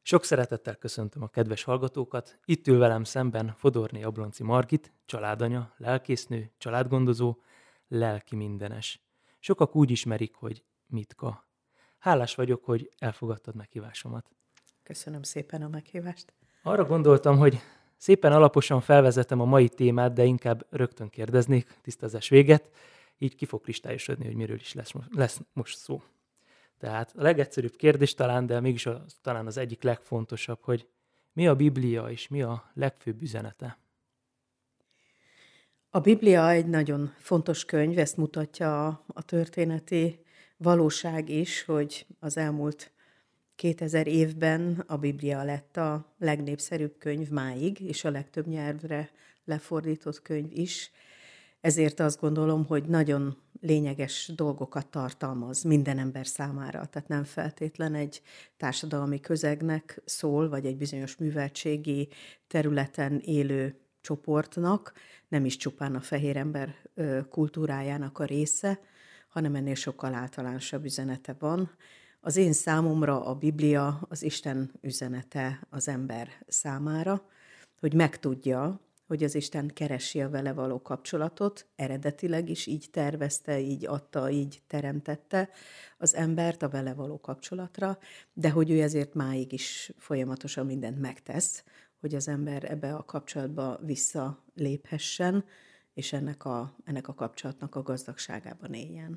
Sok szeretettel köszöntöm a kedves hallgatókat. Itt ül velem szemben Fodorné Ablonci Margit, családanya, lelkésznő, családgondozó, lelki mindenes. Sokak úgy ismerik, hogy Mitka. Hálás vagyok, hogy elfogadtad meghívásomat. Köszönöm szépen a meghívást. Arra gondoltam, hogy szépen alaposan felvezetem a mai témát, de inkább rögtön kérdeznék, tisztázás véget, így ki fog kristályosodni, hogy miről is lesz most szó. Tehát a legegyszerűbb kérdés talán, de mégis talán az egyik legfontosabb, hogy mi a Biblia és mi a legfőbb üzenete? A Biblia egy nagyon fontos könyv, ezt mutatja a történeti valóság is, hogy az elmúlt 2000 évben a Biblia lett a legnépszerűbb könyv máig, és a legtöbb nyelvre lefordított könyv is. Ezért azt gondolom, hogy nagyon lényeges dolgokat tartalmaz minden ember számára. Tehát nem feltétlen egy társadalmi közegnek szól, vagy egy bizonyos műveltségi területen élő csoportnak, nem is csupán a fehér ember kultúrájának a része, hanem ennél sokkal általánosabb üzenete van. Az én számomra a Biblia az Isten üzenete az ember számára, hogy megtudja, hogy az Isten keresi a vele való kapcsolatot, eredetileg is így tervezte, így adta, így teremtette az embert a vele való kapcsolatra, de hogy ő ezért máig is folyamatosan mindent megtesz, hogy az ember ebbe a kapcsolatba visszaléphessen, és ennek a kapcsolatnak a gazdagságában éljen.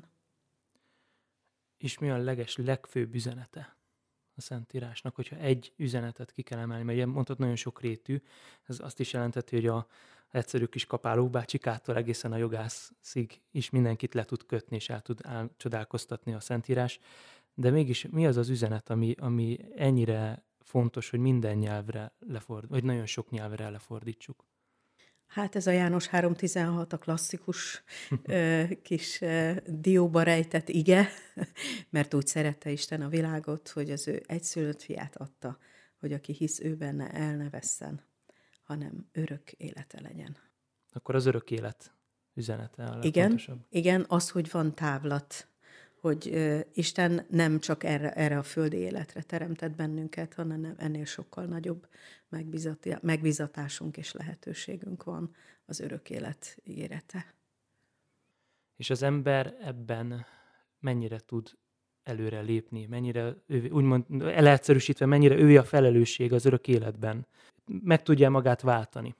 És mi a legfőbb üzenete a Szentírásnak, hogyha egy üzenetet ki kell emelni, mert ilyen mondtad, nagyon sok rétű, ez azt is jelenteti, hogy a egyszerű kis kapáló bácsikától egészen a jogászig is mindenkit le tud kötni, és el tud csodálkoztatni a Szentírás, de mégis mi az az üzenet, ami ennyire fontos, hogy minden nyelvre vagy nagyon sok nyelvre lefordítsuk? Hát ez a János 3.16, a klasszikus kis dióba rejtett ige, mert úgy szerette Isten a világot, hogy az ő egyszülött fiát adta, hogy aki hisz ő benne, el ne vesszen, hanem örök élete legyen. Akkor az örök élet üzenete a legfontosabb. Igen, az, hogy van távlat, hogy Isten nem csak erre a földi életre teremtett bennünket, hanem ennél sokkal nagyobb megbízatásunk és lehetőségünk van, az örök élet ígérete. És az ember ebben mennyire tud előre lépni, mennyire, úgymond elegyszerűsítve, mennyire ő a felelősség az örök életben. Meg tudja magát váltani.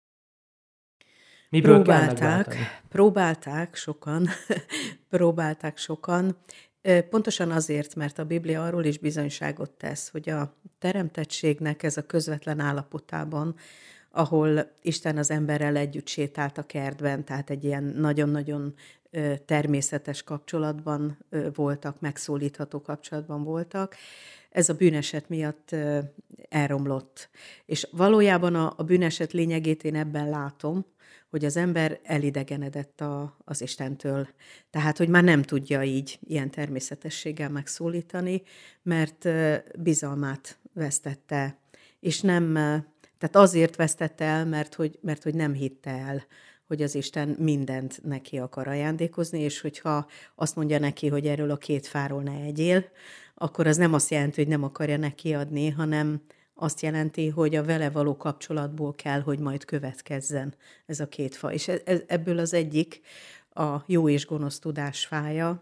Miből kell megváltani? Próbálták sokan. Pontosan azért, mert a Biblia arról is bizonyságot tesz, hogy a teremtettségnek ez a közvetlen állapotában, ahol Isten az emberrel együtt sétált a kertben, tehát egy ilyen nagyon-nagyon természetes kapcsolatban voltak, megszólítható kapcsolatban voltak, ez a bűneset miatt elromlott. És valójában a bűneset lényegét én ebben látom, hogy az ember elidegenedett az Istentől. Tehát, hogy már nem tudja így ilyen természetességgel megszólítani, mert bizalmát vesztette. És nem, tehát azért vesztette el, mert hogy nem hitte el, hogy az Isten mindent neki akar ajándékozni, és hogyha azt mondja neki, hogy erről a 2 fáról ne egyél, akkor az nem azt jelenti, hogy nem akarja neki adni, hanem azt jelenti, hogy a vele való kapcsolatból kell, hogy majd következzen ez a 2 fa. És ebből az egyik a jó és gonosz tudás fája,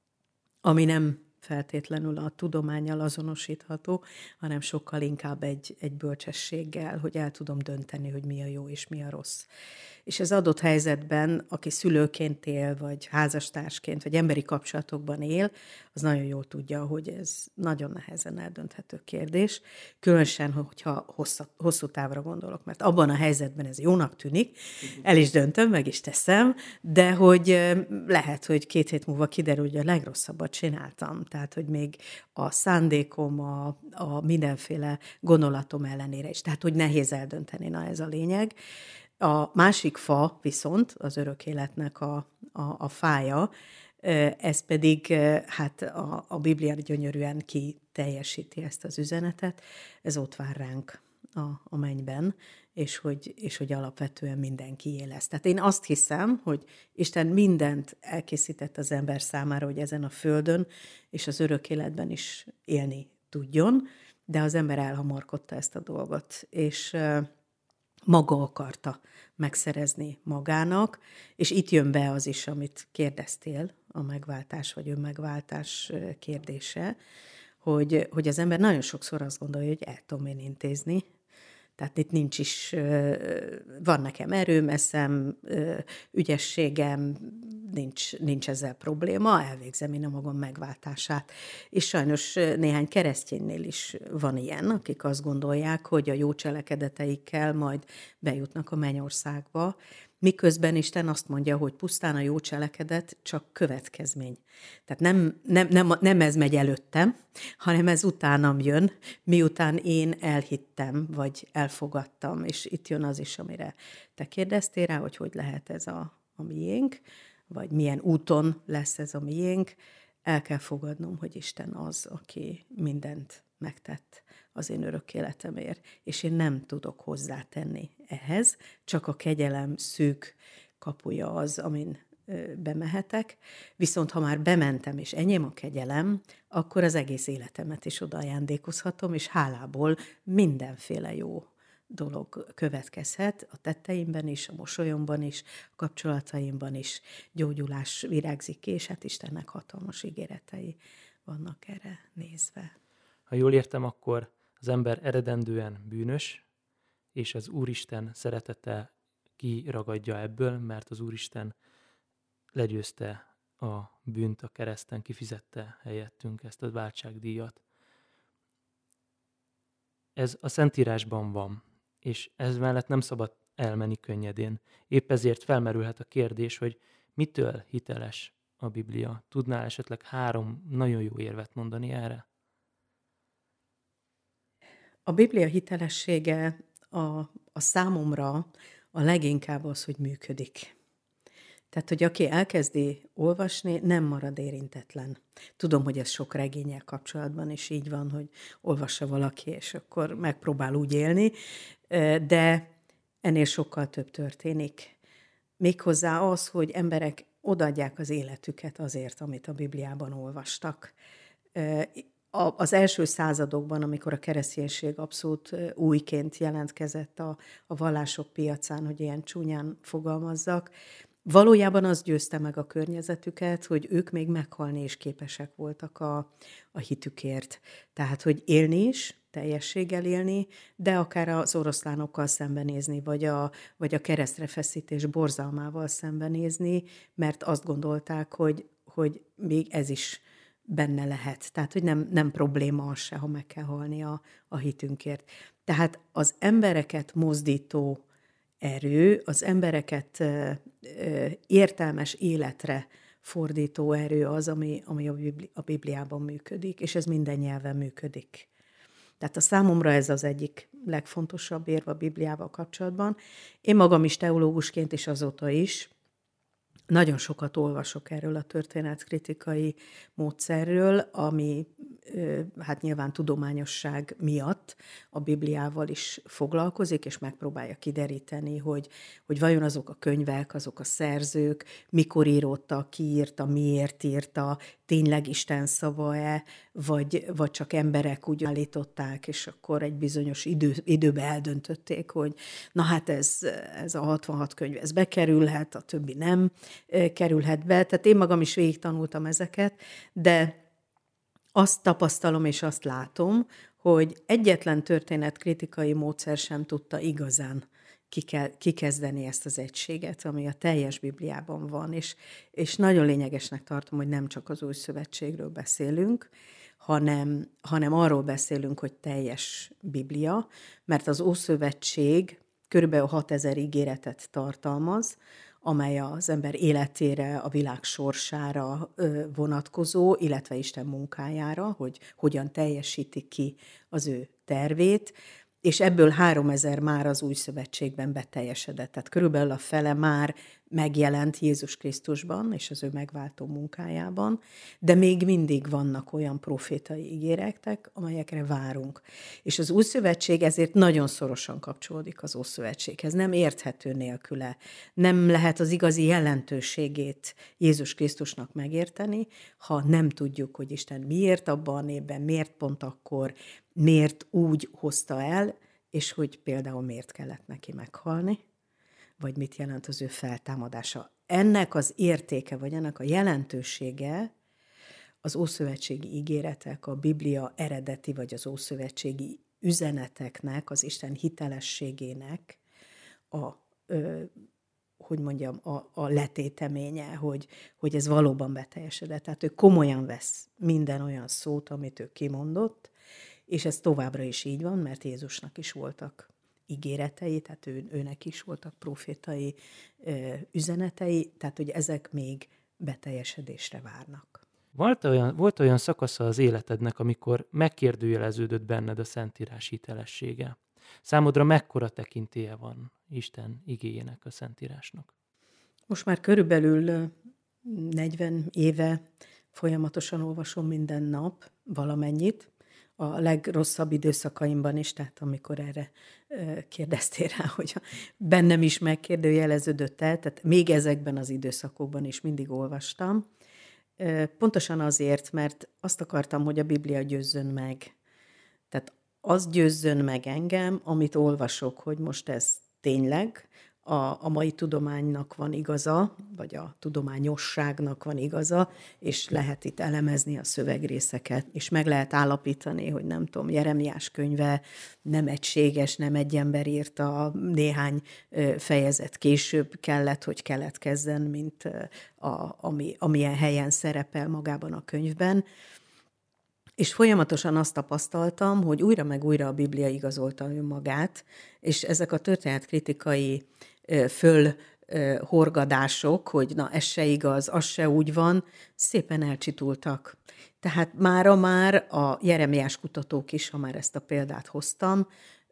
ami nem feltétlenül a tudománnyal azonosítható, hanem sokkal inkább egy bölcsességgel, hogy el tudom dönteni, hogy mi a jó és mi a rossz. És ez adott helyzetben, aki szülőként él, vagy házastársként, vagy emberi kapcsolatokban él, az nagyon jól tudja, hogy ez nagyon nehezen eldönthető kérdés, különösen, hogyha hosszú távra gondolok, mert abban a helyzetben ez jónak tűnik, el is döntöm, meg is teszem, de hogy lehet, hogy 2 hét múlva kiderül, hogy a legrosszabbat csináltam, tehát, hogy még a szándékom, a mindenféle gondolatom ellenére is, tehát, hogy nehéz eldönteni, na ez a lényeg. A másik fa viszont, az örök életnek a fája, ez pedig hát a Biblia gyönyörűen teljesíti ezt az üzenetet, ez ott vár ránk a mennyben, és hogy alapvetően mindenkié lesz. Tehát én azt hiszem, hogy Isten mindent elkészített az ember számára, hogy ezen a földön és az örök életben is élni tudjon, de az ember elhamarkodta ezt a dolgot, és maga akarta megszerezni magának, és itt jön be az is, amit kérdeztél, a megváltás vagy önmegváltás kérdése, hogy az ember nagyon sokszor azt gondolja, hogy el tudom én intézni, tehát itt nincs is, van nekem erőm, eszem, ügyességem, nincs ezzel probléma, elvégzem én a magam megváltását. És sajnos néhány kereszténynél is van ilyen, akik azt gondolják, hogy a jó cselekedeteikkel majd bejutnak a mennyországba, miközben Isten azt mondja, hogy pusztán a jó cselekedet csak következmény. Tehát nem ez megy előttem, hanem ez utánam jön, miután én elhittem, vagy elfogadtam. És itt jön az is, amire te kérdeztél rá, hogy lehet ez a miénk, vagy milyen úton lesz ez a miénk. El kell fogadnom, hogy Isten az, aki mindent megtett az én örök életemért, és én nem tudok hozzátenni ehhez, csak a kegyelem szűk kapuja az, amin bemehetek, viszont ha már bementem, és enyém a kegyelem, akkor az egész életemet is oda ajándékozhatom, és hálából mindenféle jó dolog következhet, a tetteimben is, a mosolyomban is, a kapcsolataimban is, gyógyulás virágzik ki, és hát Istennek hatalmas ígéretei vannak erre nézve. Ha jól értem, akkor az ember eredendően bűnös, és az Úristen szeretete kiragadja ebből, mert az Úristen legyőzte a bűnt a kereszten, kifizette helyettünk ezt a váltságdíjat. Ez a Szentírásban van, és ez mellett nem szabad elmenni könnyedén. Épp ezért felmerülhet a kérdés, hogy mitől hiteles a Biblia. Tudnál esetleg 3 nagyon jó érvet mondani erre? A Biblia hitelessége a számomra a leginkább az, hogy működik. Tehát, hogy aki elkezdi olvasni, nem marad érintetlen. Tudom, hogy ez sok regénnyel kapcsolatban is így van, hogy olvassa valaki, és akkor megpróbál úgy élni, de ennél sokkal több történik. Méghozzá az, hogy emberek odaadják az életüket azért, amit a Bibliában olvastak. Az első századokban, amikor a kereszténység abszolút újként jelentkezett a vallások piacán, hogy ilyen csúnyán fogalmazzak, valójában az győzte meg a környezetüket, hogy ők még meghalni is képesek voltak a hitükért. Tehát, hogy élni is, teljességgel élni, de akár az oroszlánokkal szembenézni, vagy a keresztre feszítés borzalmával szembenézni, mert azt gondolták, hogy még ez is benne lehet. Tehát, hogy nem probléma az se, ha meg kell halni a hitünkért. Tehát az embereket mozdító erő, az embereket értelmes életre fordító erő az, ami a Bibliában működik, és ez minden nyelven működik. Tehát a számomra ez az egyik legfontosabb érv a Bibliával kapcsolatban. Én magam is teológusként, és azóta is nagyon sokat olvasok erről a történetkritikai módszerről, ami hát nyilván tudományosság miatt a Bibliával is foglalkozik, és megpróbálja kideríteni, hogy vajon azok a könyvek, azok a szerzők, mikor íródtak, ki írta, miért írta, tényleg Isten szava-e, vagy csak emberek úgy állították, és akkor egy bizonyos időben eldöntötték, hogy na hát ez a 66 könyv, ez bekerülhet, a többi nem kerülhet be. Tehát én magam is végig tanultam ezeket, de azt tapasztalom és azt látom, hogy egyetlen történetkritikai módszer sem tudta igazán kikezdeni ezt az egységet, ami a teljes Bibliában van, és nagyon lényegesnek tartom, hogy nem csak az Új Szövetségről beszélünk, hanem arról beszélünk, hogy teljes Biblia, mert az Ószövetség körülbelül 6000 ígéretet tartalmaz, amely az ember életére, a világ sorsára vonatkozó, illetve Isten munkájára, hogy hogyan teljesíti ki az ő tervét, és ebből 3000 már az Új Szövetségben beteljesedett. Tehát körülbelül a fele már megjelent Jézus Krisztusban és az ő megváltó munkájában, de még mindig vannak olyan profétai ígéretek, amelyekre várunk. És az Új Szövetség ezért nagyon szorosan kapcsolódik az Ószövetséghez. Nem érthető nélküle. Nem lehet az igazi jelentőségét Jézus Krisztusnak megérteni, ha nem tudjuk, hogy Isten miért abban a névben, miért pont akkor, miért úgy hozta el, és hogy például miért kellett neki meghalni, vagy mit jelent az ő feltámadása. Ennek az értéke, vagy ennek a jelentősége az ószövetségi ígéretek, a Biblia eredeti, vagy az ószövetségi üzeneteknek, az Isten hitelességének a letéteménye, hogy ez valóban beteljesedett. Tehát ő komolyan vesz minden olyan szót, amit ő kimondott, és ez továbbra is így van, mert Jézusnak is voltak ígéretei, tehát őnek is voltak profétai üzenetei, tehát hogy ezek még beteljesedésre várnak. Volt olyan szakasza az életednek, amikor megkérdőjeleződött benned a Szentírás hitelessége? Számodra mekkora tekintélye van Isten igéjének, a Szentírásnak? Most már körülbelül 40 éve folyamatosan olvasom minden nap valamennyit, a legrosszabb időszakaimban is, tehát amikor erre kérdeztél rá, hogy bennem is megkérdőjeleződött el, tehát még ezekben az időszakokban is mindig olvastam. Pontosan azért, mert azt akartam, hogy a Biblia győzzön meg. Tehát az győzzön meg engem, amit olvasok, hogy most ez tényleg a mai tudománynak van igaza, vagy a tudományosságnak van igaza, és lehet itt elemezni a szövegrészeket, és meg lehet állapítani, hogy nem tudom, Jeremiás könyve nem egységes, nem egy ember írta, néhány fejezet később kellett, hogy keletkezzen, mint amilyen helyen szerepel magában a könyvben. És folyamatosan azt tapasztaltam, hogy újra meg újra a Biblia igazolta önmagát, és ezek a történetkritikai fölhorgadások, hogy na ez se igaz, az se úgy van, szépen elcsitultak. Tehát mára már a Jeremiás kutatók is, ha már ezt a példát hoztam,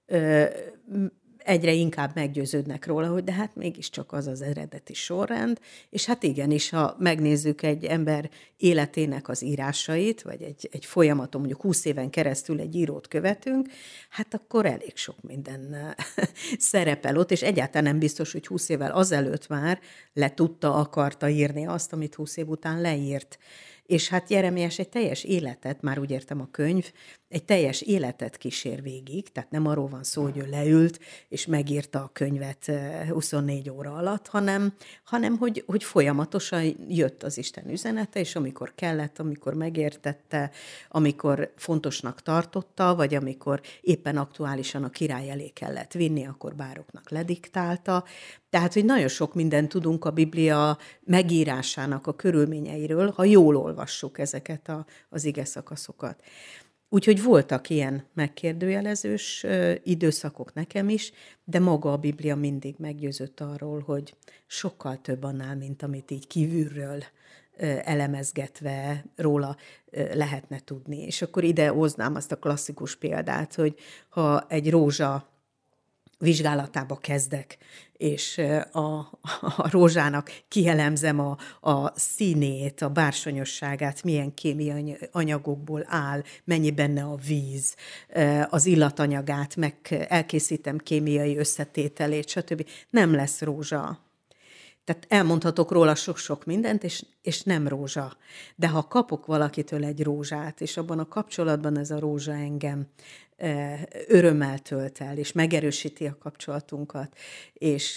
egyre inkább meggyőződnek róla, hogy de hát mégiscsak az az eredeti sorrend, és hát igenis, ha megnézzük egy ember életének az írásait, vagy egy folyamaton, mondjuk 20 éven keresztül egy írót követünk, hát akkor elég sok minden szerepel ott, és egyáltalán nem biztos, hogy 20 évvel azelőtt már akarta írni azt, amit 20 év után leírt. És hát Jeremiás egy teljes életet, már úgy értem a könyv, egy teljes életet kísér végig, tehát nem arról van szó, hogy ő leült, és megírta a könyvet 24 óra alatt, hanem hogy folyamatosan jött az Isten üzenete, és amikor kellett, amikor megértette, amikor fontosnak tartotta, vagy amikor éppen aktuálisan a király elé kellett vinni, akkor bároknak lediktálta. Tehát, hogy nagyon sok mindent tudunk a Biblia megírásának a körülményeiről, ha jól olvassuk ezeket az ige szakaszokat. Úgyhogy voltak ilyen megkérdőjelezős időszakok nekem is, de maga a Biblia mindig meggyőzött arról, hogy sokkal több annál, mint amit így kívülről elemezgetve róla lehetne tudni. És akkor ide hoznám azt a klasszikus példát, hogy ha egy rózsa vizsgálatába kezdek, és a rózsának kielemzem a színét, a bársonyosságát, milyen kémiai anyagokból áll, mennyi benne a víz, az illatanyagát, meg elkészítem kémiai összetételét, stb. Nem lesz rózsa. Tehát elmondhatok róla sok-sok mindent, és nem rózsa. De ha kapok valakitől egy rózsát, és abban a kapcsolatban ez a rózsa engem örömmel tölt el, és megerősíti a kapcsolatunkat, és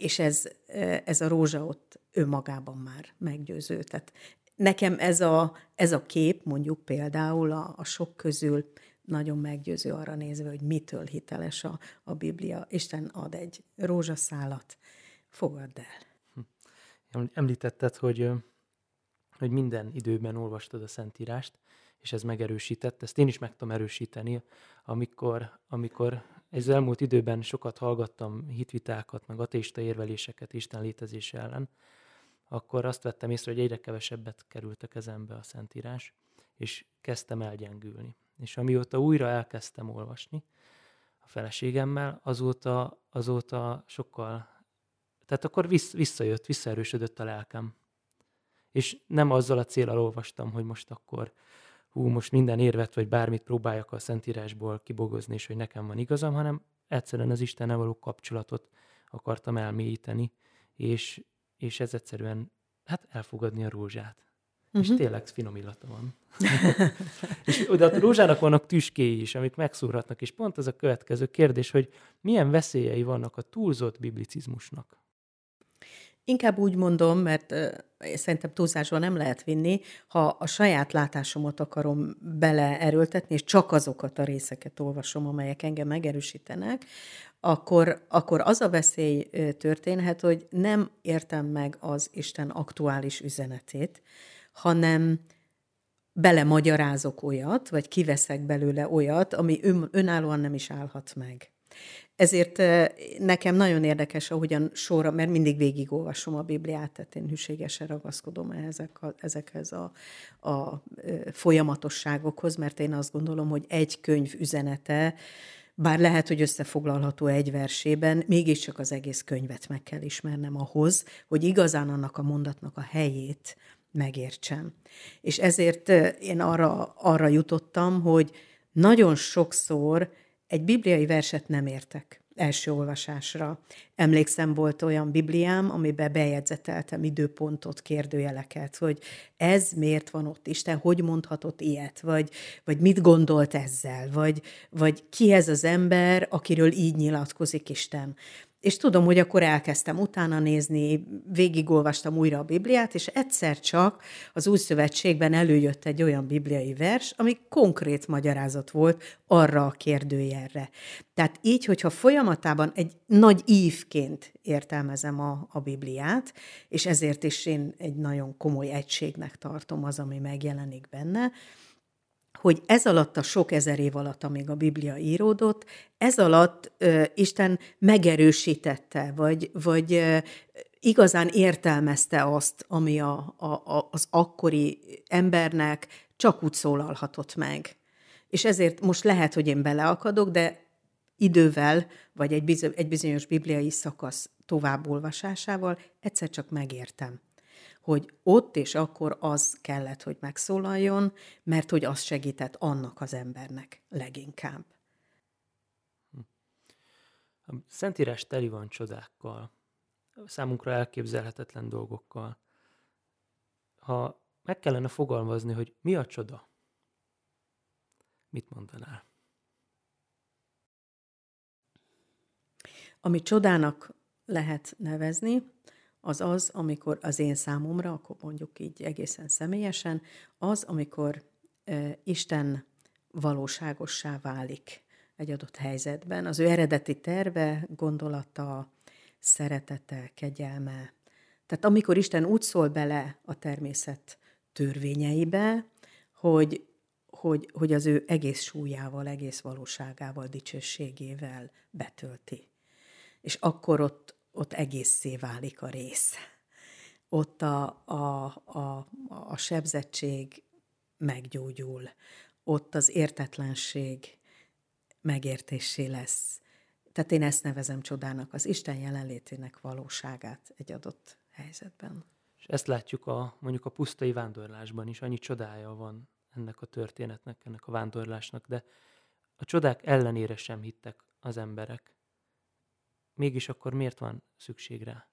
ez a rózsa ott önmagában már meggyőző. Tehát nekem ez a kép, mondjuk például a sok közül nagyon meggyőző arra nézve, hogy mitől hiteles a Biblia. Isten ad egy rózsaszálat, fogadd el. Említetted, hogy minden időben olvastad a Szentírást, és ez megerősített. Ezt én is meg tudom erősíteni, amikor ez elmúlt időben sokat hallgattam hitvitákat, meg ateista érveléseket Isten létezése ellen, akkor azt vettem észre, hogy egyre kevesebbet került a kezembe a Szentírás, és kezdtem elgyengülni. És amióta újra elkezdtem olvasni a feleségemmel, azóta sokkal, Tehát akkor visszaerősödött a lelkem. És nem azzal a céllal olvastam, hogy most akkor most minden érvet, vagy bármit próbáljak a Szentírásból kibogozni, és hogy nekem van igazam, hanem egyszerűen az Istennel való kapcsolatot akartam elmélyíteni, és ez egyszerűen, elfogadni a rózsát. És tényleg finom illata van. És oda a rózsának vannak tüskéi is, amik megszúrhatnak, és pont az a következő kérdés, hogy milyen veszélyei vannak a túlzott biblicizmusnak. Inkább úgy mondom, mert szerintem túlzásba nem lehet vinni, ha a saját látásomat akarom beleerőltetni, és csak azokat a részeket olvasom, amelyek engem megerősítenek, akkor az a veszély történhet, hogy nem értem meg az Isten aktuális üzenetét, hanem belemagyarázok olyat, vagy kiveszek belőle olyat, ami önállóan nem is állhat meg. Ezért nekem nagyon érdekes, ahogyan sorra, mert mindig végigolvasom a Bibliát, tehát én hűségesen ragaszkodom ezekhez a folyamatosságokhoz, mert én azt gondolom, hogy egy könyv üzenete, bár lehet, hogy összefoglalható egy versében, mégiscsak az egész könyvet meg kell ismernem ahhoz, hogy igazán annak a mondatnak a helyét megértsem. És ezért én arra jutottam, hogy nagyon sokszor egy bibliai verset nem értek első olvasásra. Emlékszem, volt olyan Bibliám, amiben bejegyzeteltem időpontot, kérdőjeleket, hogy ez miért van ott, Isten hogy mondhatott ilyet, vagy mit gondolt ezzel, vagy ki ez az ember, akiről így nyilatkozik Isten. És tudom, hogy akkor elkezdtem utána nézni, végigolvastam újra a Bibliát, és egyszer csak az Új Szövetségben előjött egy olyan bibliai vers, ami konkrét magyarázat volt arra a kérdőjelre. Tehát így, hogyha folyamatában egy nagy ívként értelmezem a Bibliát, és ezért is én egy nagyon komoly egységnek tartom az, ami megjelenik benne, hogy ez alatt a sok ezer év alatt, amíg a Biblia íródott, ez alatt Isten megerősítette, vagy igazán értelmezte azt, ami az akkori embernek csak úgy szólalhatott meg. És ezért most lehet, hogy én beleakadok, de idővel, vagy egy bizonyos bibliai szakasz továbbolvasásával egyszer csak megértem, hogy ott és akkor az kellett, hogy megszólaljon, mert hogy az segített annak az embernek leginkább. A Szentírás teli van csodákkal, számunkra elképzelhetetlen dolgokkal. Ha meg kellene fogalmazni, hogy mi a csoda, mit mondanál? Ami csodának lehet nevezni, az, amikor az én számomra, akkor mondjuk így egészen személyesen, az, amikor Isten valóságossá válik egy adott helyzetben. Az ő eredeti terve, gondolata, szeretete, kegyelme. Tehát amikor Isten úgy szól bele a természet törvényeibe, hogy az ő egész súlyával, egész valóságával, dicsőségével betölti. És akkor ott egészszé válik a rész. Ott a sebzettség meggyógyul, ott az értetlenség megértéssé lesz. Tehát én ezt nevezem csodának, az Isten jelenlétének valóságát egy adott helyzetben. És ezt látjuk mondjuk a pusztai vándorlásban is, annyi csodája van ennek a történetnek, ennek a vándorlásnak, de a csodák ellenére sem hittek az emberek. Mégis akkor miért van szükség rá?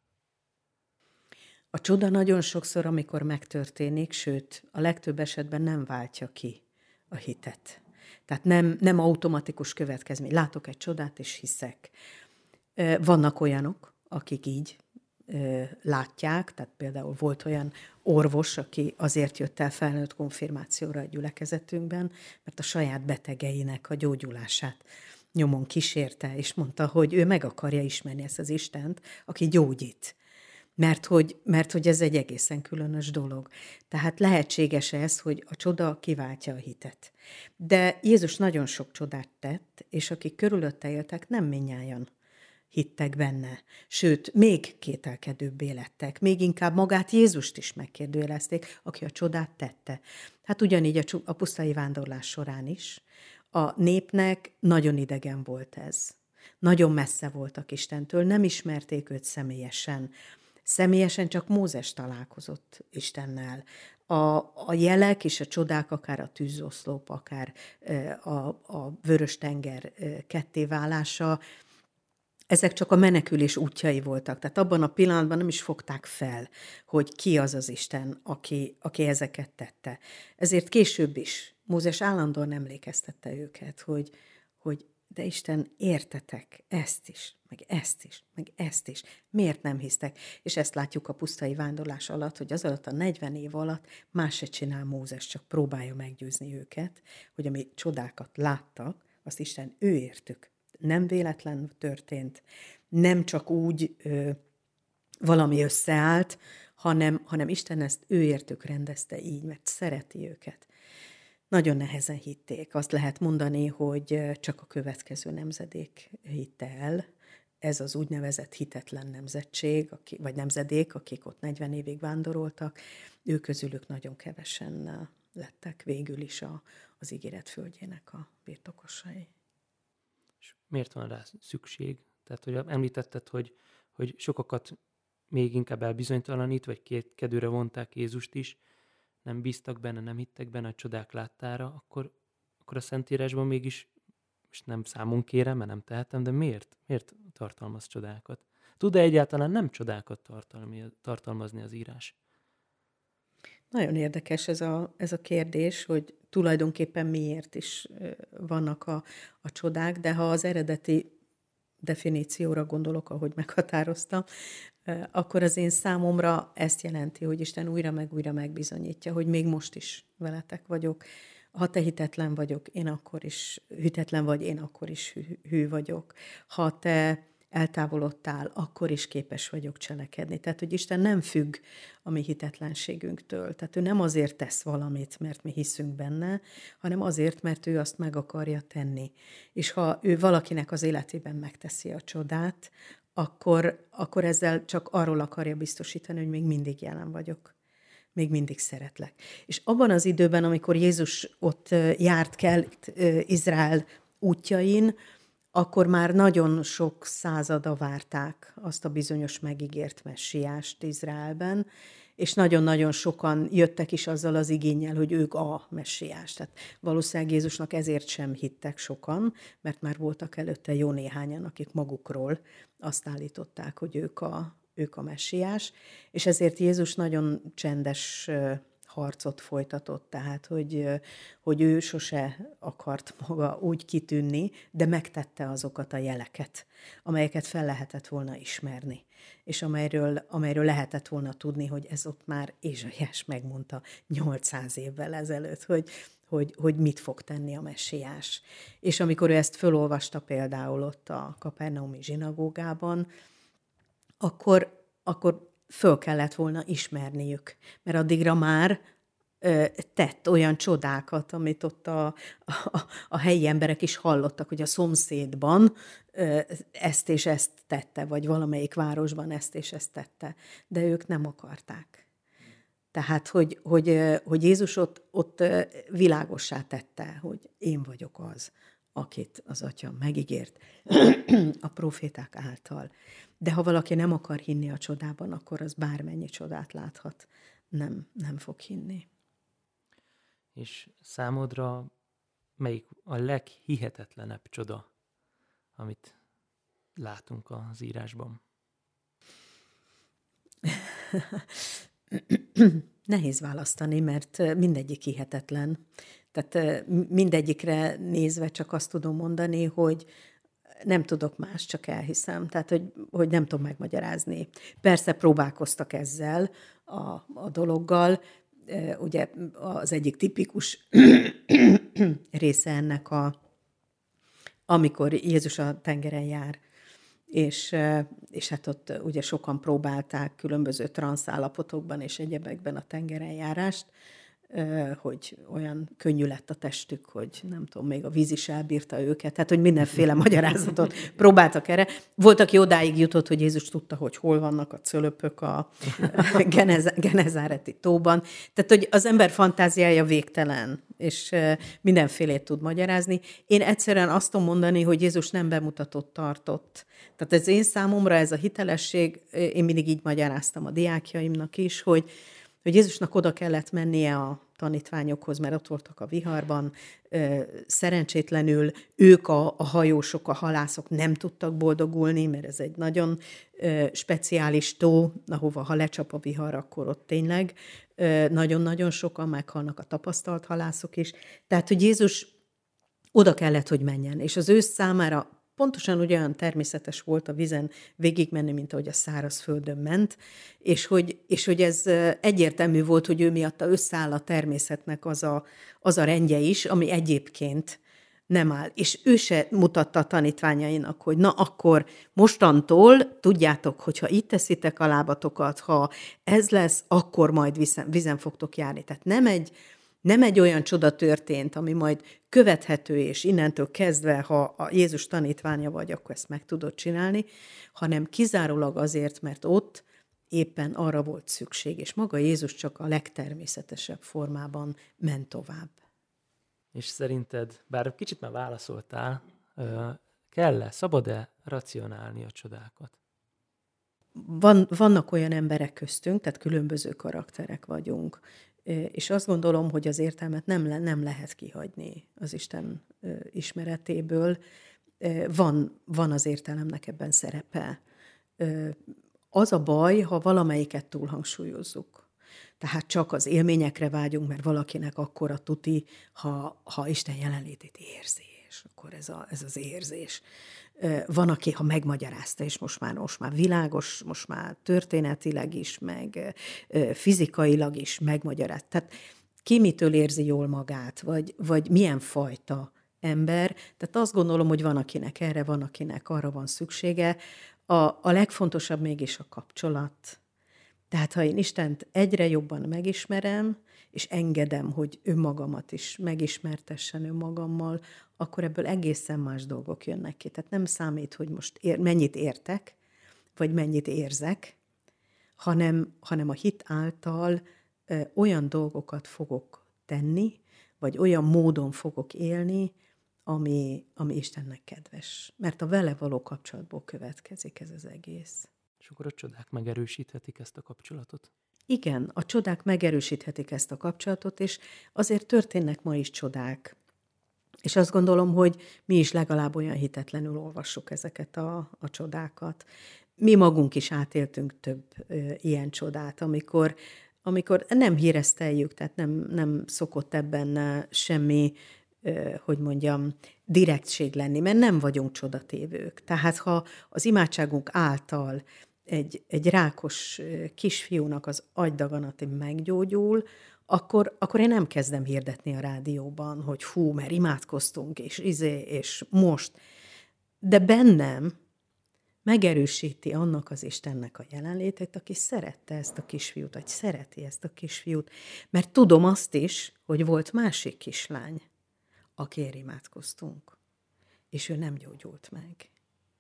A csoda nagyon sokszor, amikor megtörténik, sőt, a legtöbb esetben nem váltja ki a hitet. Tehát nem automatikus következmény. Látok egy csodát, és hiszek. Vannak olyanok, akik így látják, tehát például volt olyan orvos, aki azért jött el felnőtt konfirmációra a gyülekezetünkben, mert a saját betegeinek a gyógyulását nyomon kísérte, és mondta, hogy ő meg akarja ismerni ezt az Istent, aki gyógyít. Mert hogy ez egy egészen különös dolog. Tehát lehetséges ez, hogy a csoda kiváltja a hitet. De Jézus nagyon sok csodát tett, és akik körülötte éltek, nem mindnyájan hittek benne. Sőt, még kételkedőbbé lettek. Még inkább magát Jézust is megkérdőjelezték, aki a csodát tette. Hát ugyanígy a pusztai vándorlás során is. A népnek nagyon idegen volt ez. Nagyon messze voltak Istentől, nem ismerték őt személyesen. Személyesen csak Mózes találkozott Istennel. A jelek és a csodák, akár a tűzoszlop, akár a Vörös-tenger kettéválása, ezek csak a menekülés útjai voltak. Tehát abban a pillanatban nem is fogták fel, hogy ki az az Isten, aki ezeket tette. Ezért később is Mózes állandóan emlékeztette őket, hogy de Isten, értetek ezt is, meg ezt is, meg ezt is. Miért nem hisztek? És ezt látjuk a pusztai vándorlás alatt, hogy az alatt a 40 év alatt más se csinál Mózes, csak próbálja meggyőzni őket, hogy ami csodákat láttak, azt Isten ő értük. Nem véletlen történt, nem csak úgy valami összeállt, hanem Isten ezt ő értük rendezte így, mert szereti őket. Nagyon nehezen hitték. Azt lehet mondani, hogy csak a következő nemzedék hitte el. Ez az úgynevezett hitetlen nemzetség, vagy nemzedék, akik ott 40 évig vándoroltak, ők közülük nagyon kevesen lettek végül is az ígéret földjének a birtokosai. És miért van rá szükség? Tehát, hogy említetted, hogy sokakat még inkább elbizonytalanít, vagy kétkedőre vonták Jézust is, nem bíztak benne, nem hittek benne, a csodák láttára, akkor a Szentírásban mégis, most nem számon kérem, mert nem tehetem, de miért tartalmaz csodákat? Tud-e egyáltalán nem csodákat tartalmazni az írás? Nagyon érdekes ez a kérdés, hogy tulajdonképpen miért is vannak a csodák, de ha az eredeti definícióra gondolok, ahogy meghatároztam, akkor az én számomra ezt jelenti, hogy Isten újra meg újra megbizonyítja, hogy még most is veletek vagyok. Ha te hitetlen vagyok, én akkor is hitetlen vagy, én akkor is hű vagyok. Ha te eltávolodtál, akkor is képes vagyok cselekedni. Tehát, hogy Isten nem függ a mi hitetlenségünktől. Tehát ő nem azért tesz valamit, mert mi hiszünk benne, hanem azért, mert ő azt meg akarja tenni. És ha ő valakinek az életében megteszi a csodát, akkor ezzel csak arról akarja biztosítani, hogy még mindig jelen vagyok. Még mindig szeretlek. És abban az időben, amikor Jézus ott járt kelt Izrael útjain, akkor már nagyon sok százada várták azt a bizonyos megígért messiást Izraelben, és nagyon-nagyon sokan jöttek is azzal az igénnyel, hogy ők a messiás. Tehát valószínűleg Jézusnak ezért sem hittek sokan, mert már voltak előtte jó néhányan, akik magukról azt állították, hogy ők a messiás, és ezért Jézus nagyon csendes harcot folytatott, tehát hogy ő sose akart maga úgy kitűnni, de megtette azokat a jeleket, amelyeket fel lehetett volna ismerni, és amelyről lehetett volna tudni, hogy ez ott már Ézsaiás megmondta 800 évvel ezelőtt, hogy mit fog tenni a messiás. És amikor ő ezt fölolvasta például ott a kapernaumi zsinagógában, akkor föl kellett volna ismerniük, mert addigra már tett olyan csodákat, amit ott a helyi emberek is hallottak, hogy a szomszédban ezt és ezt tette, vagy valamelyik városban ezt és ezt tette, de ők nem akarták. Tehát, hogy Jézus ott világossá tette, hogy én vagyok az, akit az Atya megígért a proféták által. De ha valaki nem akar hinni a csodában, akkor az bármennyi csodát láthat, nem fog hinni. És számodra melyik a leghihetetlenebb csoda, amit látunk az írásban? Nehéz választani, mert mindegyik hihetetlen. Tehát mindegyikre nézve csak azt tudom mondani, hogy nem tudok más, csak elhiszem. Tehát, hogy nem tudom megmagyarázni. Persze próbálkoztak ezzel a dologgal. Ugye az egyik tipikus része ennek amikor Jézus a tengeren jár, és hát ott ugye sokan próbálták különböző transzállapotokban és egyebekben a tengeren járást, hogy olyan könnyű lett a testük, hogy nem tudom, még a víz is elbírta őket, tehát hogy mindenféle magyarázatot próbáltak erre. Volt, aki odáig jutott, hogy Jézus tudta, hogy hol vannak a cölöpök a Genezáreti tóban. Tehát, hogy az ember fantáziája végtelen, és mindenfélét tud magyarázni. Én egyszerűen azt tudom mondani, hogy Jézus nem bemutatott tartott. Tehát ez én számomra ez a hitelesség, én mindig így magyaráztam a diákjaimnak is, hogy Jézusnak oda kellett mennie a tanítványokhoz, mert ott voltak a viharban, szerencsétlenül ők a hajósok, a halászok nem tudtak boldogulni, mert ez egy nagyon speciális tó, ahova ha lecsap a vihar, akkor ott tényleg nagyon-nagyon sokan meghalnak, a tapasztalt halászok is. Tehát, hogy Jézus oda kellett, hogy menjen, és az ő számára pontosan ugyan természetes volt a vízen végigmenni, mint ahogy a száraz földön ment, és hogy ez egyértelmű volt, hogy ő miatta összeáll a természetnek az a rendje is, ami egyébként nem áll. És ő se mutatta a tanítványainak, hogy na akkor mostantól tudjátok, hogyha itt teszitek a lábatokat, ha ez lesz, akkor majd vízen fogtok járni. Tehát nem egy olyan csoda történt, ami majd követhető, és innentől kezdve, ha a Jézus tanítványa vagy, akkor ezt meg tudod csinálni, hanem kizárólag azért, mert ott éppen arra volt szükség, és maga Jézus csak a legtermészetesebb formában ment tovább. És szerinted, bár kicsit már válaszoltál, kell-e, szabad-e racionálni a csodákat? Vannak olyan emberek köztünk, tehát különböző karakterek vagyunk, és azt gondolom, hogy az értelmet nem lehet kihagyni az Isten ismeretéből. Van az értelemnek ebben szerepe. Az a baj, ha valamelyiket túlhangsúlyozzuk. Tehát csak az élményekre vágyunk, mert valakinek akkora tuti, ha Isten jelenlétét érzi, és akkor ez az érzés. Van, aki, ha megmagyarázta, és most már világos, most már történetileg is, meg fizikailag is megmagyarázta. Tehát ki mitől érzi jól magát, vagy milyen fajta ember. Tehát azt gondolom, hogy van, akinek erre, van, akinek arra van szüksége. A legfontosabb mégis a kapcsolat. Tehát ha én Istent egyre jobban megismerem, és engedem, hogy önmagamat is megismertessen önmagammal, akkor ebből egészen más dolgok jönnek ki. Tehát nem számít, hogy most mennyit értek, vagy mennyit érzek, hanem a hit által olyan dolgokat fogok tenni, vagy olyan módon fogok élni, ami Istennek kedves. Mert a vele való kapcsolatból következik ez az egész. És akkor a csodák megerősíthetik ezt a kapcsolatot? Igen, a csodák megerősíthetik ezt a kapcsolatot, és azért történnek ma is csodák. És azt gondolom, hogy mi is legalább olyan hitetlenül olvassuk ezeket a csodákat. Mi magunk is átéltünk több ilyen csodát, amikor nem híreszteljük, tehát nem szokott ebben semmi, hogy mondjam, direktség lenni, mert nem vagyunk csodatévők. Tehát ha az imádságunk által egy rákos kisfiúnak az agydaganata meggyógyul, akkor én nem kezdem hirdetni a rádióban, hogy fú, mert imádkoztunk, és most. De bennem megerősíti annak az Istennek a jelenlétét, aki szerette ezt a kisfiút, vagy szereti ezt a kisfiút. Mert tudom azt is, hogy volt másik kislány, akiért imádkoztunk, és ő nem gyógyult meg.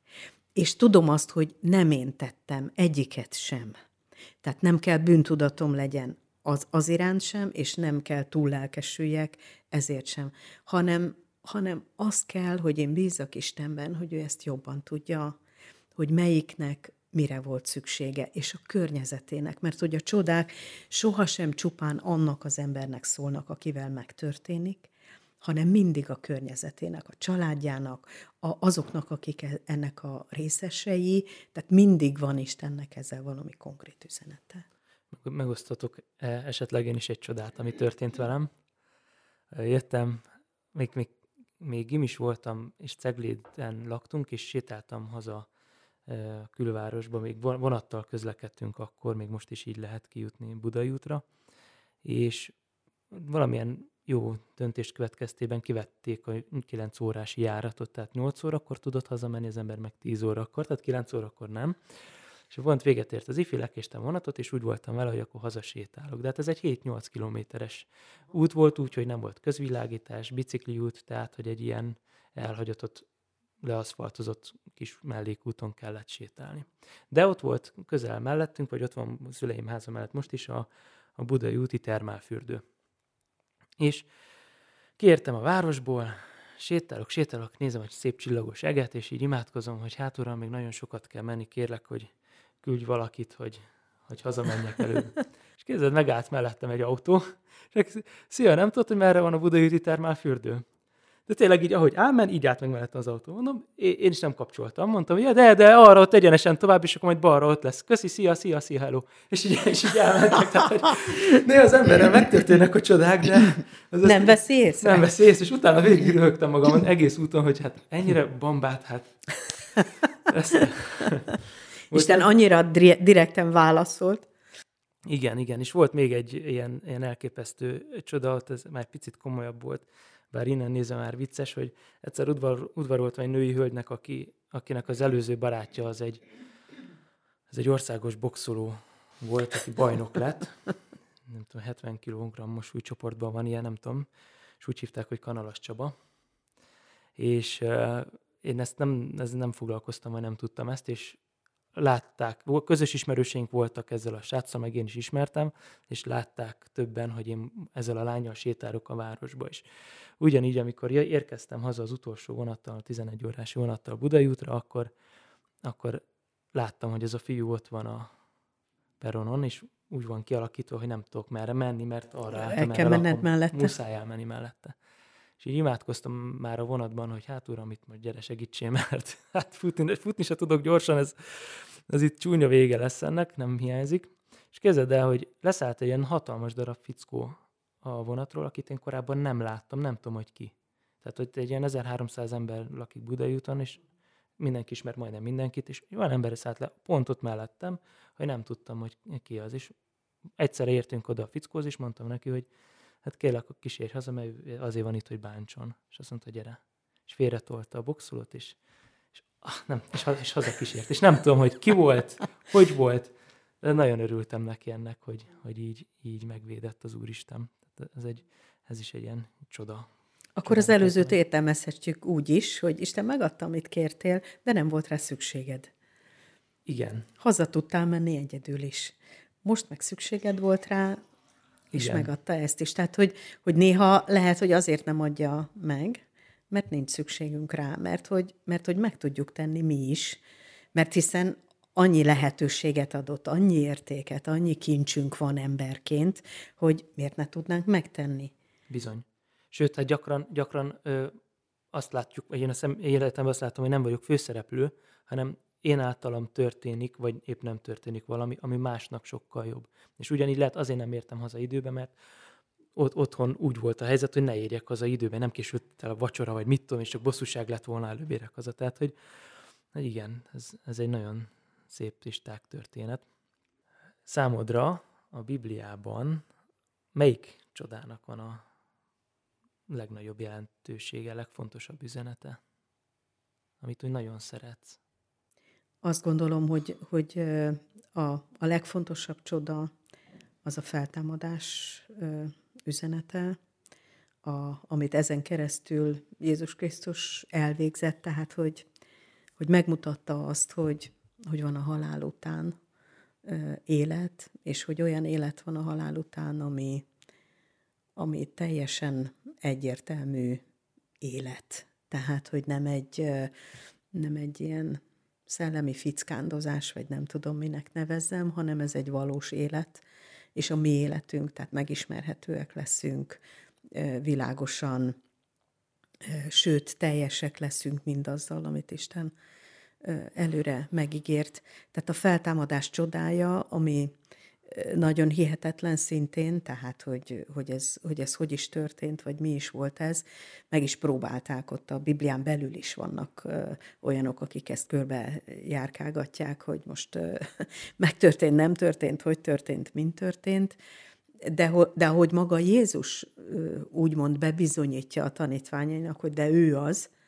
És tudom azt, hogy nem én tettem egyiket sem. Tehát nem kell bűntudatom legyen az iránt sem, és nem kell túl lelkesüljek ezért sem, hanem az kell, hogy én bízzak Istenben, hogy ő ezt jobban tudja, hogy melyiknek mire volt szüksége, és a környezetének, mert hogy a csodák sohasem csupán annak az embernek szólnak, akivel megtörténik, hanem mindig a környezetének, a családjának, azoknak, akik ennek a részesei, tehát mindig van Istennek ezzel valami konkrét üzenete. Megosztatok esetleg én is egy csodát, ami történt velem. Jöttem, még gimis voltam, és Cegléden laktunk, és sétáltam haza külvárosba, még vonattal közlekedtünk akkor, még most is így lehet kijutni Budai útra, és valamilyen jó döntés következtében kivették a 9 órás járatot, tehát 8 órakor tudott hazamenni az ember, meg 10 órakor, tehát 9 órakor nem. És pont véget ért az ifi, lekéstem vonatot, és úgy voltam vele, hogy akkor hazasétálok. De hát ez egy 7-8 kilométeres út volt, úgyhogy nem volt közvilágítás, bicikliút, tehát hogy egy ilyen elhagyatott, leaszfaltozott kis mellékúton kellett sétálni. De ott volt közel mellettünk, vagy ott van szüleim háza mellett most is a Budai úti termálfürdő. És kiértem a városból, sétálok, nézem egy szép csillagos eget, és így imádkozom, hogy hát Uram, még nagyon sokat kell menni, kérlek, hogy küldj valakit, hogy hazamenjek előbb. És képzeld, megállt mellettem egy autó, és szia, nem tudod, hogy merre van a Budai úti termálfürdő? De tényleg így, ahogy elmen, így állt meg mellettem az autó. Mondom, én is nem kapcsoltam. Mondtam, hogy ja, de arra ott egyenesen tovább, és akkor majd balra ott lesz. Köszi, szia, hello. És így elmentek. Tehát, hogy néha az emberrel megtörténnek a csodák, de... Nem veszi észre? Nem veszi észre, és utána végig röhögtem magam egész úton, hogy hát ennyire bombát, hát... Isten annyira direkten válaszolt. Igen, és volt még egy ilyen elképesztő csoda, ott ez már picit komolyabb volt, bár innen nézve már vicces, hogy egyszer udvaroltam egy női hölgynek, akinek az előző barátja az egy országos boxoló volt, aki bajnok lett. Nem tudom, 70 kg súlycsoportban van ilyen, nem tudom, és úgy hívták, hogy Kanalas Csaba. És én ezt nem foglalkoztam, vagy nem tudtam ezt, és látták, közös ismerőseink voltak ezzel a sráccal, meg én is ismertem, és látták többen, hogy én ezzel a lánnyal sétálok a városba is. Ugyanígy, amikor érkeztem haza az utolsó vonattal, a 11 órás vonattal Budai útra, akkor láttam, hogy ez a fiú ott van a peronon, és úgy van kialakítva, hogy nem tudok merre menni, mert arra álltam, muszáj elmenni mellette. És így imádkoztam már a vonatban, hogy hát Uram, itt most gyere, segítsél, mert hát futni se tudok gyorsan, ez itt csúnya vége lesz ennek, nem hiányzik. És képzeld el, hogy leszállt egy ilyen hatalmas darab fickó a vonatról, akit én korábban nem láttam, nem tudom, hogy ki. Tehát, hogy egy ilyen 1300 ember lakik Budai úton, és mindenki ismer majdnem mindenkit, és olyan ember szállt le pont ott mellettem, hogy nem tudtam, hogy ki az. És egyszerre értünk oda a fickóhoz, és mondtam neki, hogy hát kérlek, kísérj haza, mert azért van itt, hogy bántson. És azt mondta, gyere. És félretolta a boxolót, és haza kísért. És nem tudom, hogy ki volt, hogy volt, de nagyon örültem neki ennek, hogy így megvédett az Úristen. Ez is egy ilyen csoda. Akkor az előzőt értelmezhetjük úgy is, hogy Isten megadta, amit kértél, de nem volt rá szükséged. Igen. Haza tudtál menni egyedül is. Most meg szükséged volt rá, és igen, megadta ezt is. Tehát, hogy néha lehet, hogy azért nem adja meg, mert nincs szükségünk rá, mert hogy meg tudjuk tenni mi is, mert hiszen annyi lehetőséget adott, annyi értéket, annyi kincsünk van emberként, hogy miért ne tudnánk megtenni. Bizony. Sőt, hát gyakran azt látjuk, vagy én életemben azt látom, hogy nem vagyok főszereplő, hanem én általam történik, vagy épp nem történik valami, ami másnak sokkal jobb. És ugyanígy lehet, azért nem értem haza időben, mert otthon úgy volt a helyzet, hogy ne érjek haza időben, nem készült el a vacsora, vagy mit tudom, és csak bosszúság lett volna, előbb érek haza. Tehát, hogy igen, ez egy nagyon szép és tág történet. Számodra a Bibliában melyik csodának van a legnagyobb jelentősége, legfontosabb üzenete, amit úgy nagyon szeretsz? Azt gondolom, hogy a legfontosabb csoda az a feltámadás üzenete, amit ezen keresztül Jézus Krisztus elvégzett, tehát hogy megmutatta azt, hogy van a halál után élet, és hogy olyan élet van a halál után, ami teljesen egyértelmű élet. Tehát, hogy nem egy ilyen szellemi fickándozás, vagy nem tudom, minek nevezzem, hanem ez egy valós élet, és a mi életünk, tehát megismerhetőek leszünk, világosan, sőt, teljesek leszünk mindazzal, amit Isten előre megígért. Tehát a feltámadás csodája, ami nagyon hihetetlen szintén, tehát hogy ez hogy is történt, vagy mi is volt ez, meg is próbálták ott a Biblián belül is vannak olyanok, akik ezt körbe járkálgatják, hogy most megtörtént, nem történt, hogy történt, mint történt, de ahogy maga Jézus úgymond bebizonyítja a tanítványainak, hogy de ő az,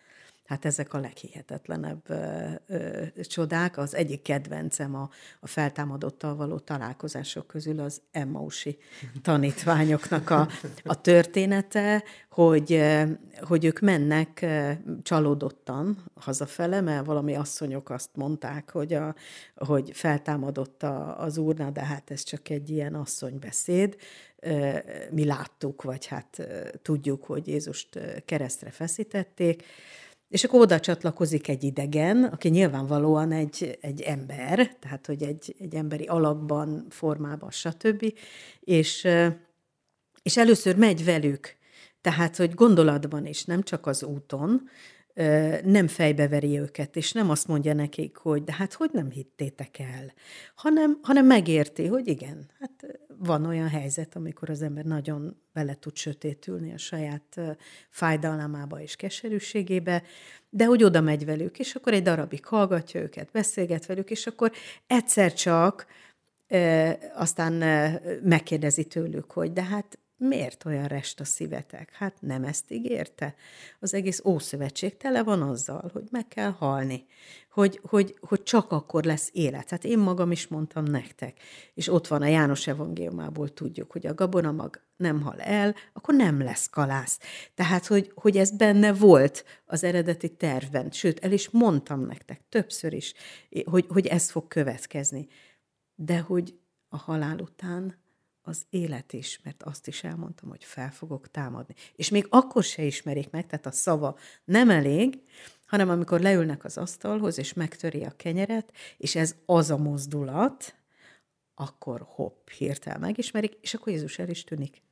Hát ezek a leghihetetlenebb csodák. Az egyik kedvencem a feltámadottal való találkozások közül az Emmausi tanítványoknak a története, hogy ők mennek csalódottan hazafele, mert valami asszonyok azt mondták, hogy feltámadott az Úrna, de hát ez csak egy ilyen asszonybeszéd. Mi láttuk, vagy hát tudjuk, hogy Jézust keresztre feszítették, és akkor oda csatlakozik egy idegen, aki nyilvánvalóan egy ember, tehát hogy egy emberi alakban, formában, stb. És először megy velük, tehát hogy gondolatban is, nem csak az úton, nem fejbeveri őket, és nem azt mondja nekik, hogy de hát hogy nem hittétek el, hanem megérti, hogy igen, hát van olyan helyzet, amikor az ember nagyon bele tud sötétülni a saját fájdalmába és keserűségébe, de hogy oda megy velük, és akkor egy darabig hallgatja őket, beszélget velük, és akkor egyszer csak aztán megkérdezi tőlük, hogy de hát miért olyan rest a szívetek? Hát nem ezt ígérte. Az egész Ószövetség tele van azzal, hogy meg kell halni, hogy csak akkor lesz élet. Hát én magam is mondtam nektek, és ott van a János evangéliumából tudjuk, hogy a gabonamag nem hal el, akkor nem lesz kalász. Tehát, hogy ez benne volt az eredeti tervben, sőt, el is mondtam nektek többször is, hogy ez fog következni. De hogy a halál után az élet is, mert azt is elmondtam, hogy fel fogok támadni. És még akkor se ismerik meg, tehát a szava nem elég, hanem amikor leülnek az asztalhoz, és megtöri a kenyeret, és ez az a mozdulat, akkor hopp, hirtelen megismerik, és akkor Jézus el is tűnik.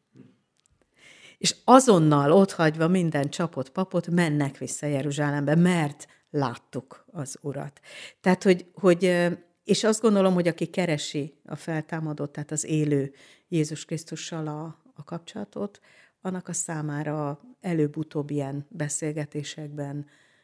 És azonnal otthagyva minden csapott papot mennek vissza Jeruzsálembe, mert láttuk az Urat. Tehát, hogy és azt gondolom, hogy aki keresi a feltámadott, tehát az élő Jézus Krisztussal a kapcsolatot, annak a számára előbb-utóbb ilyen beszélgetésekben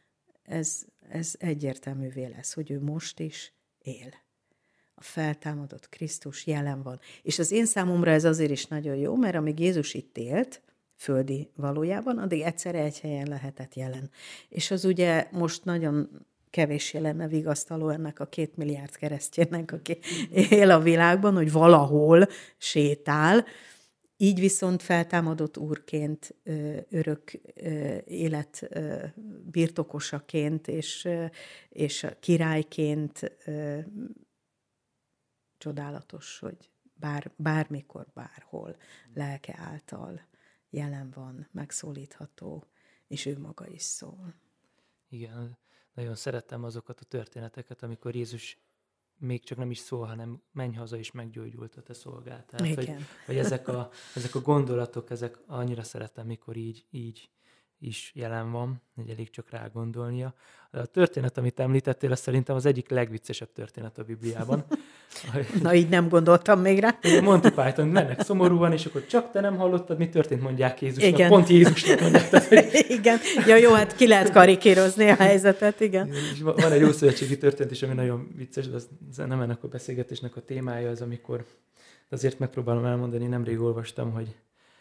ez egyértelművé lesz, hogy ő most is él. A feltámadott Krisztus jelen van. És az én számomra ez azért is nagyon jó, mert amíg Jézus itt élt, földi valójában, addig egyszerre egy helyen lehetett jelen. És az ugye most nagyon kevéssé lenne vigasztaló ennek a 2 milliárd keresztjének, aki él a világban, hogy valahol sétál, így viszont feltámadott úrként, örök élet birtokosaként és királyként csodálatos, hogy bármikor, bárhol lelke által jelen van, megszólítható, és ő maga is szól. Igen, nagyon szerettem azokat a történeteket, amikor Jézus még csak nem is szól, hanem menj haza és meggyógyult a te szolgáltál. Hogy ezek a gondolatok, ezek annyira szeretem, mikor így is jelen van, hogy elég csak rá gondolnia. A történet, amit említettél, az szerintem az egyik legviccesebb történet a Bibliában. Na, így nem gondoltam még rá. Monty Python mennek szomorúan, és akkor csak te nem hallottad, mi történt, mondják Jézusnak. Igen. Pont Jézusnak mondják. Igen. Ja, jó, hát ki lehet karikírozni a helyzetet, igen. És van egy ószövetségi történet is, ami nagyon vicces, de az nem ennek a beszélgetésnek a témája, az amikor, azért megpróbálom elmondani, nemrég olvastam, hogy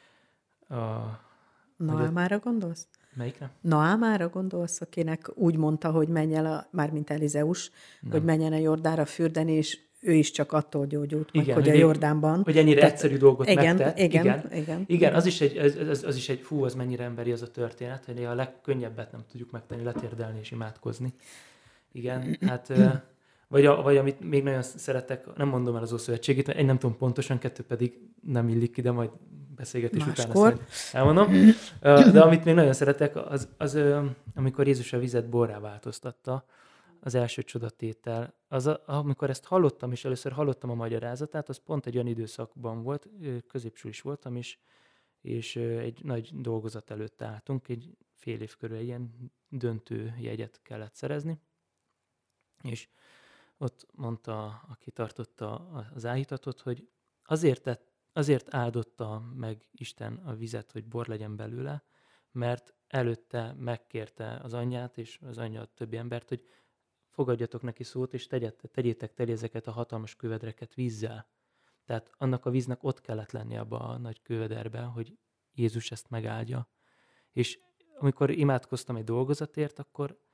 Naámára gondolsz? Melyikre? Naámára gondolsz, akinek úgy mondta, hogy menj el, mármint Elizeus, hogy menjen a Jordánra fürdeni, és ő is csak attól gyógyult meg, igen, hogy a Jordánban. Hogy ennyire egyszerű dolgot megtett. Igen. Az is egy, fú, az mennyire emberi az a történet, hogy a legkönnyebbet nem tudjuk megtenni, letérdelni és imádkozni. Igen, hát... Vagy amit még nagyon szeretek, nem mondom el az Ószövetségét, mert egy nem tudom pontosan, 2 pedig nem illik ide, majd beszélgetés után elmondom. De amit még nagyon szeretek, az amikor Jézus a vizet borrá változtatta, az első csodatétel. Amikor ezt hallottam, és először hallottam a magyarázatát, az pont egy olyan időszakban volt, középsulis voltam, és egy nagy dolgozat előtt álltunk, egy fél év körül ilyen döntő jegyet kellett szerezni, és ott mondta, aki tartotta az áhítatot, hogy azért áldotta meg Isten a vizet, hogy bor legyen belőle, mert előtte megkérte az anyját és az anyja a többi embert, hogy fogadjatok neki szót, és tegyétek teli ezeket a hatalmas kővedreket vízzel. Tehát annak a víznek ott kellett lenni abba a nagy kővederben, hogy Jézus ezt megáldja. És amikor imádkoztam egy dolgozatért, akkor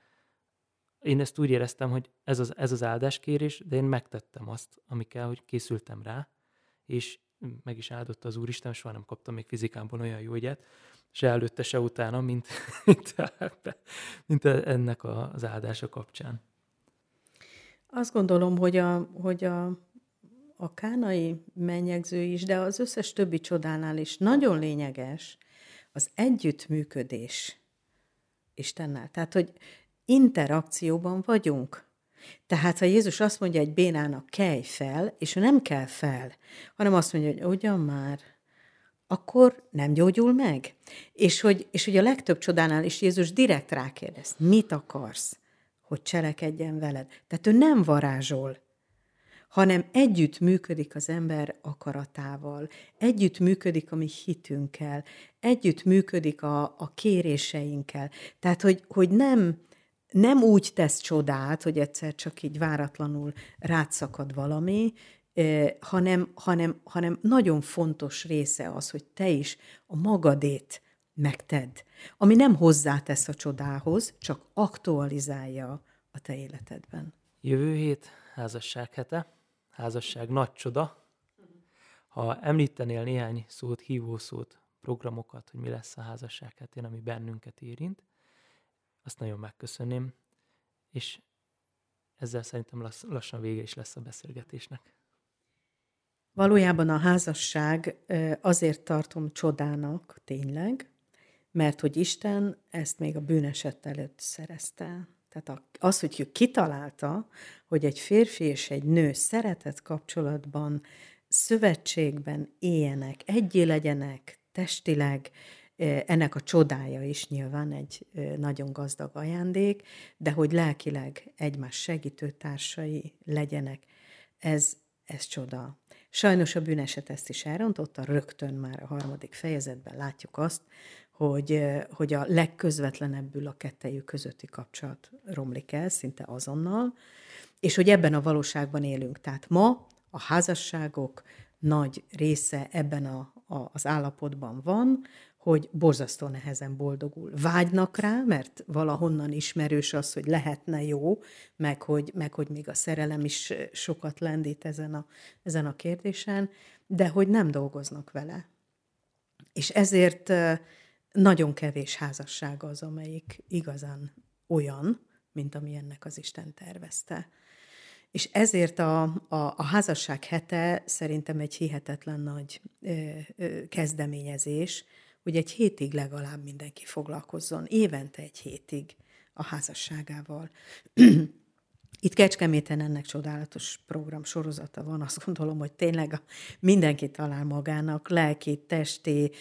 én ezt úgy éreztem, hogy ez az áldáskérés, de én megtettem azt, ami kell, hogy készültem rá, és meg is áldotta az Úristen, soha nem kaptam még fizikámból olyan jó ügyet, se előtte, se utána, mint ennek az áldása kapcsán. Azt gondolom, hogy a kánai menyegző is, de az összes többi csodánál is nagyon lényeges az együttműködés Istennel. Tehát, hogy interakcióban vagyunk. Tehát, ha Jézus azt mondja egy bénának, kelj fel, és ő nem kell fel, hanem azt mondja, hogy ugyan már, akkor nem gyógyul meg. És hogy a legtöbb csodánál is Jézus direkt rákérdez, mit akarsz, hogy cselekedjen veled. Tehát ő nem varázsol, hanem együtt működik az ember akaratával, együtt működik a mi hitünkkel, együtt működik a kéréseinkkel. Tehát, hogy nem úgy tesz csodát, hogy egyszer csak így váratlanul rátszakad valami, hanem nagyon fontos része az, hogy te is a magadét megtedd, ami nem hozzátesz a csodához, csak aktualizálja a te életedben. Jövő hét házasság hete, házasság nagy csoda. Ha említenél néhány szót, hívószót, programokat, hogy mi lesz a házasság hetén, ami bennünket érint, azt nagyon megköszönném, és ezzel szerintem lassan vége is lesz a beszélgetésnek. Valójában a házasság azért tartom csodának tényleg, mert hogy Isten ezt még a bűneset előtt szerezte. Tehát az, hogy ő kitalálta, hogy egy férfi és egy nő szeretett kapcsolatban, szövetségben éljenek, egyé legyenek testileg, ennek a csodája is nyilván egy nagyon gazdag ajándék, de hogy lelkileg egymás segítőtársai legyenek, ez csoda. Sajnos a bűneset ezt is elrontotta, rögtön már a 3. fejezetben látjuk azt, hogy a legközvetlenebbül a kettejük közötti kapcsolat romlik el, szinte azonnal, és hogy ebben a valóságban élünk. Tehát ma a házasságok nagy része ebben az állapotban van, hogy borzasztó nehezen boldogul. Vágynak rá, mert valahonnan ismerős az, hogy lehetne jó, meg hogy még a szerelem is sokat lendít ezen a kérdésen, de hogy nem dolgoznak vele. És ezért nagyon kevés házasság az, amelyik igazán olyan, mint ami ennek az Isten tervezte. És ezért a házasság hete szerintem egy hihetetlen nagy kezdeményezés, hogy egy hétig legalább mindenki foglalkozzon, évente egy hétig a házasságával. Itt Kecskeméten ennek csodálatos program sorozata van, azt gondolom, hogy tényleg mindenki talál magának lelki, testi,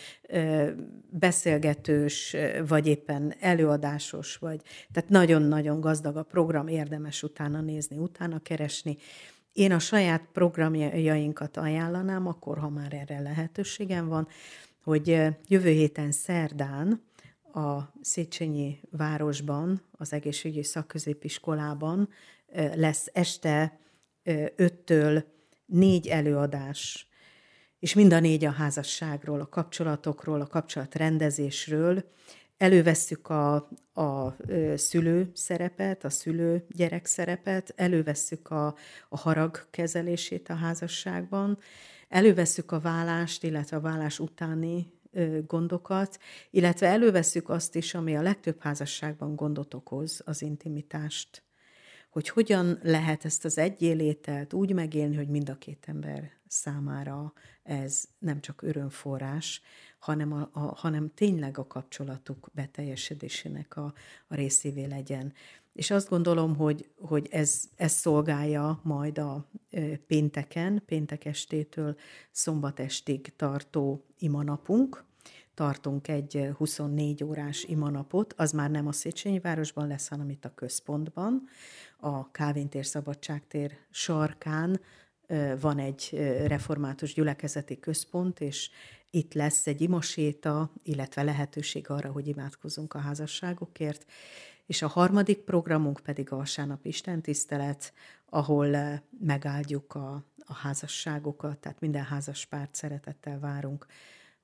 beszélgetős, vagy éppen előadásos, tehát nagyon-nagyon gazdag a program, érdemes utána nézni, utána keresni. Én a saját programjainkat ajánlanám, akkor, ha már erre lehetőségem van, hogy jövő héten szerdán a Széchenyi városban, az egészségügyi szakközépiskolában lesz este 5-től 4 előadás, és mind a 4 a házasságról, a kapcsolatokról, a kapcsolatrendezésről. Elővesszük a szülő szerepet, a szülő-gyerek szerepet, elővesszük a harag kezelését a házasságban, elővesszük a válást, illetve a vállás utáni gondokat, illetve elővesszük azt is, ami a legtöbb házasságban gondot okoz, az intimitást. Hogy hogyan lehet ezt az egyélételt úgy megélni, hogy mind a 2 ember számára ez nem csak örömforrás, hanem tényleg a kapcsolatuk beteljesedésének a részévé legyen. És azt gondolom, hogy ez szolgálja majd a péntek estétől szombat estig tartó imanapunk. Tartunk egy 24 órás imanapot, az már nem a Széchenyi városban lesz, hanem itt a központban. A Kálvin tér Szabadságtér sarkán van egy református gyülekezeti központ, és itt lesz egy imaséta, illetve lehetőség arra, hogy imádkozzunk a házasságokért. És a 3. programunk pedig a vasárnap istentisztelet, ahol megáldjuk a házasságokat, tehát minden házaspárt szeretettel várunk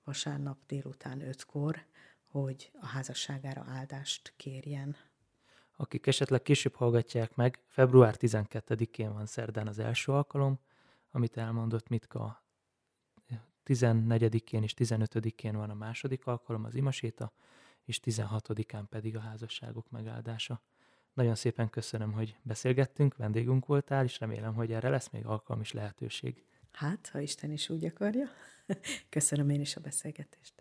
vasárnap délután 5-kor, hogy a házasságára áldást kérjen. Akik esetleg később hallgatják meg, február 12-én van szerdán az első alkalom, amit elmondott Mitka, 14-én és 15-én van a második alkalom, az imaséta, és 16-án pedig a házasságok megáldása. Nagyon szépen köszönöm, hogy beszélgettünk, vendégünk voltál, és remélem, hogy erre lesz még alkalom és lehetőség. Hát, ha Isten is úgy akarja. Köszönöm én is a beszélgetést.